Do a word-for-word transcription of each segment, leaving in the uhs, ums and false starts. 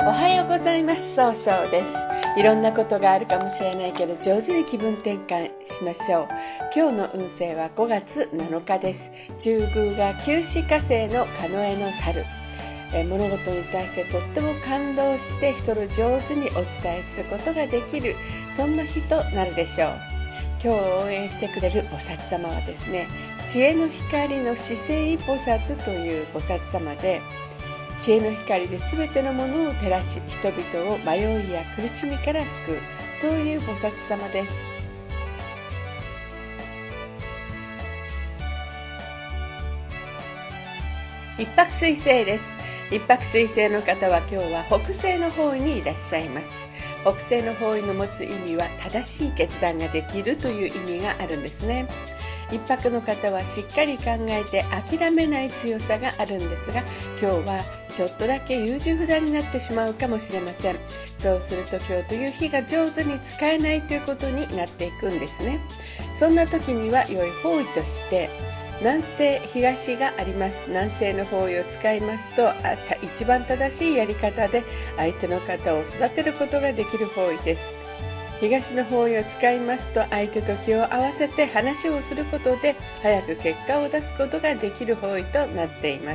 おはようございます。総称です。いろんなことがあるかもしれないけど、上手に気分転換しましょう。今日の運勢はごがつなのかです。中宮が九死火星の庚の猿。え物事に対してとっても感動して人の上手にお伝えすることができる、そんな日となるでしょう。今日応援してくれる菩薩様はですね、知恵の光の四聖菩薩という菩薩様で、知恵の光で全てのものを照らし、人々を迷いや苦しみから救う、そういう菩薩様です。一泊水星です。一泊水星の方は今日は北西の方位にいらっしゃいます。北西の方位の持つ意味は正しい決断ができるという意味があるんですね。一泊の方はしっかり考えて諦めない強さがあるんですが、今日はちょっとだけ優柔不断になってしまうかもしれません。そうすると今日という日が上手に使えないということになっていくんですね。そんな時には良い方位として南西東があります。南西の方位を使いますと、一番正しいやり方で相手の方を育てることができる方位です。東の方位を使いますと、相手と気を合わせて話をすることで早く結果を出すことができる方位となっています。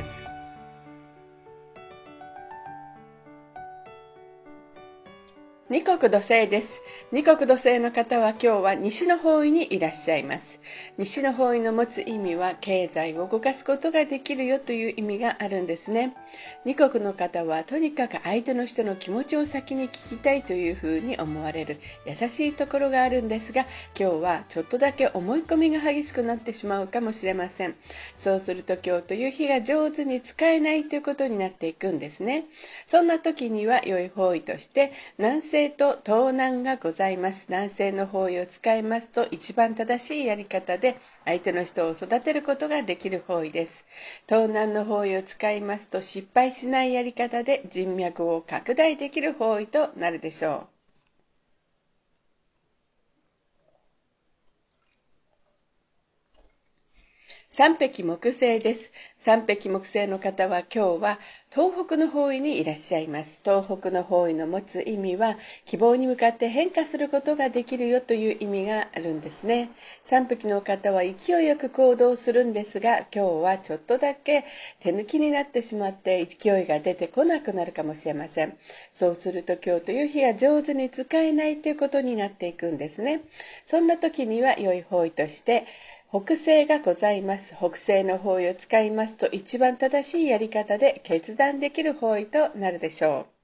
二国土星です。二国土星の方は今日は西の方位にいらっしゃいます。西の方位の持つ意味は経済を動かすことができるよという意味があるんですね。二国の方はとにかく相手の人の気持ちを先に聞きたいというふうに思われる優しいところがあるんですが、今日はちょっとだけ思い込みが激しくなってしまうかもしれません。そうすると今日という日が上手に使えないということになっていくんですね。そんな時には良い方位として南西と東南がございます。南西の方位を使いますと一番正しいやり方で相手の人を育てることができる方位です。東南の方位を使いますと失敗しないやり方で人脈を拡大できる方位となるでしょう。三匹木星です。三匹木星の方は今日は東北の方位にいらっしゃいます。東北の方位の持つ意味は希望に向かって変化することができるよという意味があるんですね。三匹の方は勢いよく行動するんですが、今日はちょっとだけ手抜きになってしまって勢いが出てこなくなるかもしれません。そうすると今日という日が上手に使えないということになっていくんですね。そんな時には良い方位として北西がございます。北西の方位を使いますと一番正しいやり方で決断できる方位となるでしょう。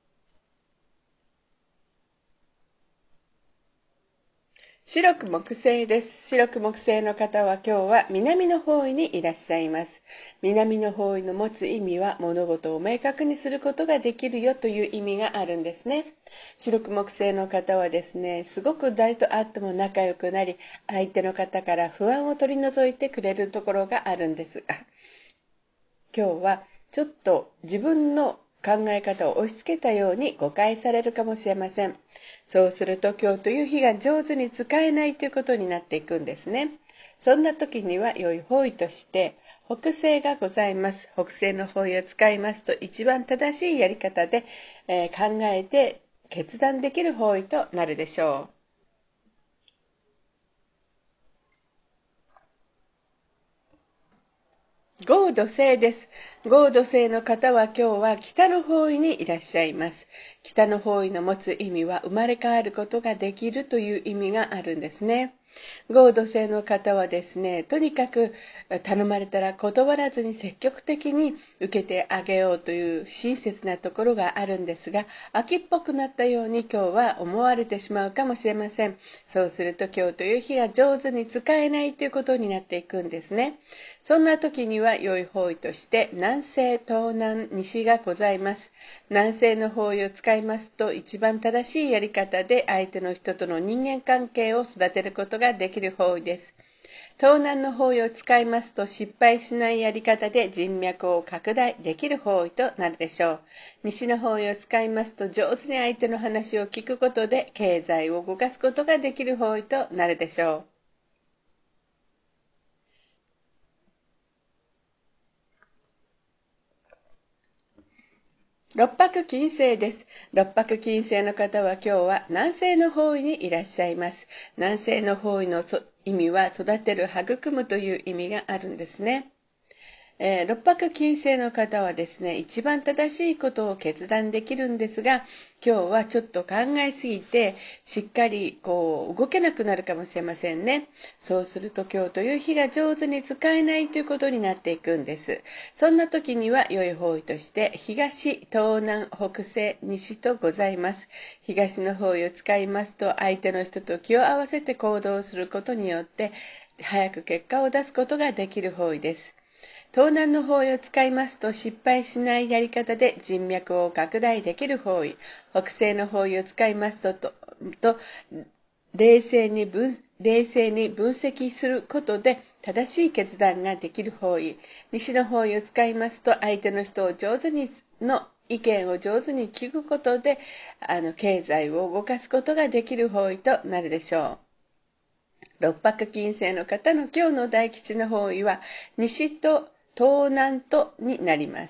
白く木星です。白く木星の方は今日は南の方位にいらっしゃいます。南の方位の持つ意味は物事を明確にすることができるよという意味があるんですね。白く木星の方はですね、すごく誰と会っても仲良くなり、相手の方から不安を取り除いてくれるところがあるんですが、今日はちょっと自分の考え方を押し付けたように誤解されるかもしれません。そうすると今日という日が上手に使えないということになっていくんですね。そんな時には良い方位として北西がございます。北西の方位を使いますと一番正しいやり方で、えー、考えて決断できる方位となるでしょう。合土星です。合土星の方は今日は北の方位にいらっしゃいます。北の方位の持つ意味は生まれ変わることができるという意味があるんですね。合土星の方はですね、とにかく頼まれたら断らずに積極的に受けてあげようという親切なところがあるんですが、秋っぽくなったように今日は思われてしまうかもしれません。そうすると今日という日が上手に使えないということになっていくんですね。そんな時には良い方位として南西、東南、西がございます。南西の方位を使いますと一番正しいやり方で相手の人との人間関係を育てることができる方位です。東南の方位を使いますと失敗しないやり方で人脈を拡大できる方位となるでしょう。西の方位を使いますと上手に相手の話を聞くことで経済を動かすことができる方位となるでしょう。 六白金星です。六白金星の方は今日は南西の方位にいらっしゃいます。南西の方位の意味は育てる、育むという意味があるんですね。えー、六白金星の方はですね、一番正しいことを決断できるんですが、今日はちょっと考えすぎて、しっかりこう動けなくなるかもしれませんね。そうすると今日という日が上手に使えないということになっていくんです。そんな時には良い方位として、東、東南、北西、西とございます。東の方位を使いますと、相手の人と気を合わせて行動することによって、早く結果を出すことができる方位です。東南の方位を使いますと失敗しないやり方で人脈を拡大できる方位。北西の方位を使いますと、とと冷静に分冷静に分析することで正しい決断ができる方位。西の方位を使いますと相手の人を上手にの意見を上手に聞くことであの経済を動かすことができる方位となるでしょう。六白金星の方の今日の大吉の方位は西と東南とになります。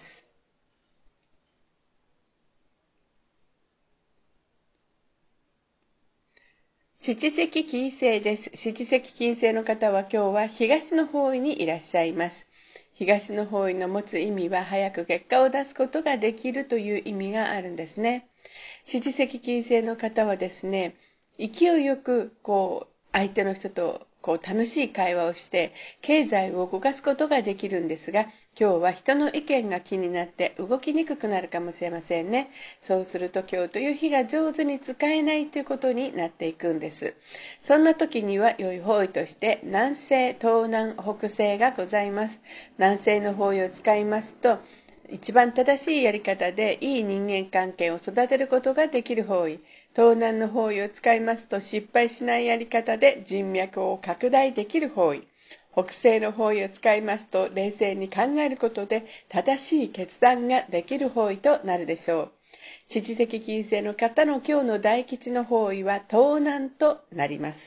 七石金星です。七石金星の方は今日は東の方位にいらっしゃいます。東の方位の持つ意味は早く結果を出すことができるという意味があるんですね。七石金星の方はですね、勢いよくこう相手の人とこう楽しい会話をして経済を動かすことができるんですが、今日は人の意見が気になって動きにくくなるかもしれませんね。そうすると今日という日が上手に使えないということになっていくんです。そんな時には良い方位として南西、東南、北西がございます。南西の方位を使いますと一番正しいやり方でいい人間関係を育てることができる方位。東南の方位を使いますと失敗しないやり方で人脈を拡大できる方位。北西の方位を使いますと冷静に考えることで正しい決断ができる方位となるでしょう。七石金星の方の今日の大吉の方位は東南となります。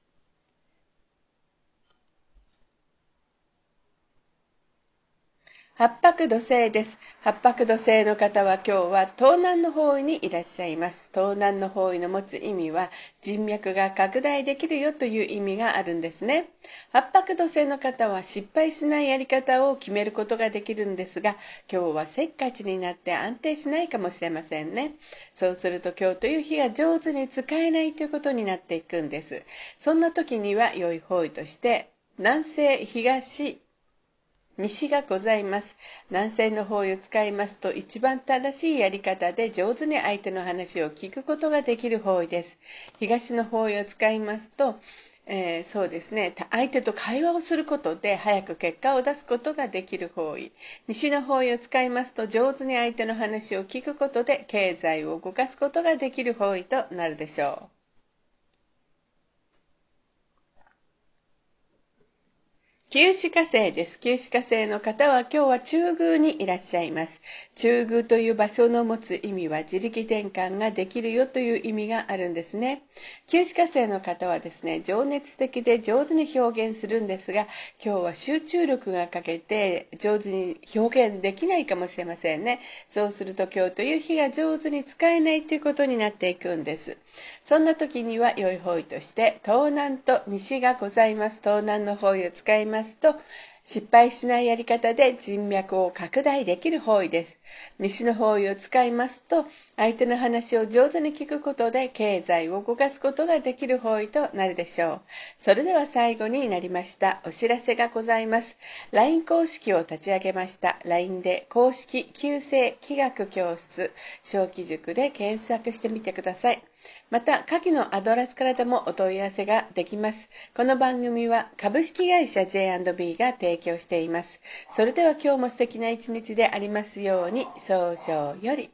八白土星です。八白土星の方は今日は東南の方位にいらっしゃいます。東南の方位の持つ意味は人脈が拡大できるよという意味があるんですね。八白土星の方は失敗しないやり方を決めることができるんですが、今日はせっかちになって安定しないかもしれませんね。そうすると今日という日が上手に使えないということになっていくんです。そんな時には良い方位として南西、東、西がございます。南西の方位を使いますと一番正しいやり方で上手に相手の話を聞くことができる方位です。東の方位を使いますと、えー、そうですね、相手と会話をすることで早く結果を出すことができる方位。西の方位を使いますと上手に相手の話を聞くことで経済を動かすことができる方位となるでしょう。九死火星です。九死火星の方は今日は中宮にいらっしゃいます。中宮という場所の持つ意味は自力転換ができるよという意味があるんですね。九死火星の方はですね、情熱的で上手に表現するんですが、今日は集中力が欠けて上手に表現できないかもしれませんね。そうすると今日という日が上手に使えないということになっていくんです。そんな時には良い方位として東南と西がございます。東南の方位を使いますと失敗しないやり方で人脈を拡大できる方位です。西の方位を使いますと相手の話を上手に聞くことで経済を動かすことができる方位となるでしょう。それでは最後になりましたお知らせがございます。 ライン 公式を立ち上げました。 ライン で公式旧星気学教室小規塾で検索してみてください。また下記のアドレスからでもお問い合わせができます。この番組は株式会社 ジェイアンドビー が提供しています。それでは今日も素敵な一日でありますように。早々より。